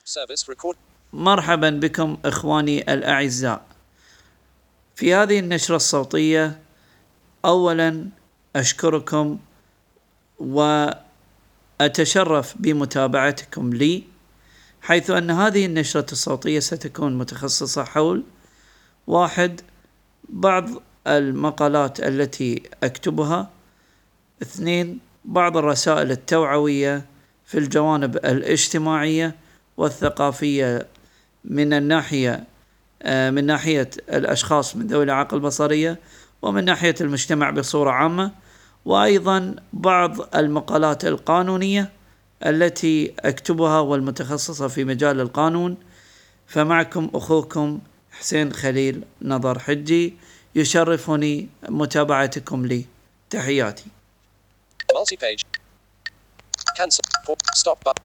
مرحبا بكم إخواني الأعزاء في هذه النشرة الصوتية. أولا أشكركم وأتشرف بمتابعتكم لي، حيث أن هذه النشرة الصوتية ستكون متخصصة حول 1. بعض المقالات التي أكتبها. 2. بعض الرسائل التوعوية في الجوانب الاجتماعية والثقافية من ناحية الأشخاص من ذوي الإعاقة البصرية ومن ناحية المجتمع بصورة عامة، وأيضا بعض المقالات القانونية التي أكتبها والمتخصصة في مجال القانون. فمعكم أخوكم حسين خليل نظر حجي، يشرفني متابعتكم لي. تحياتي.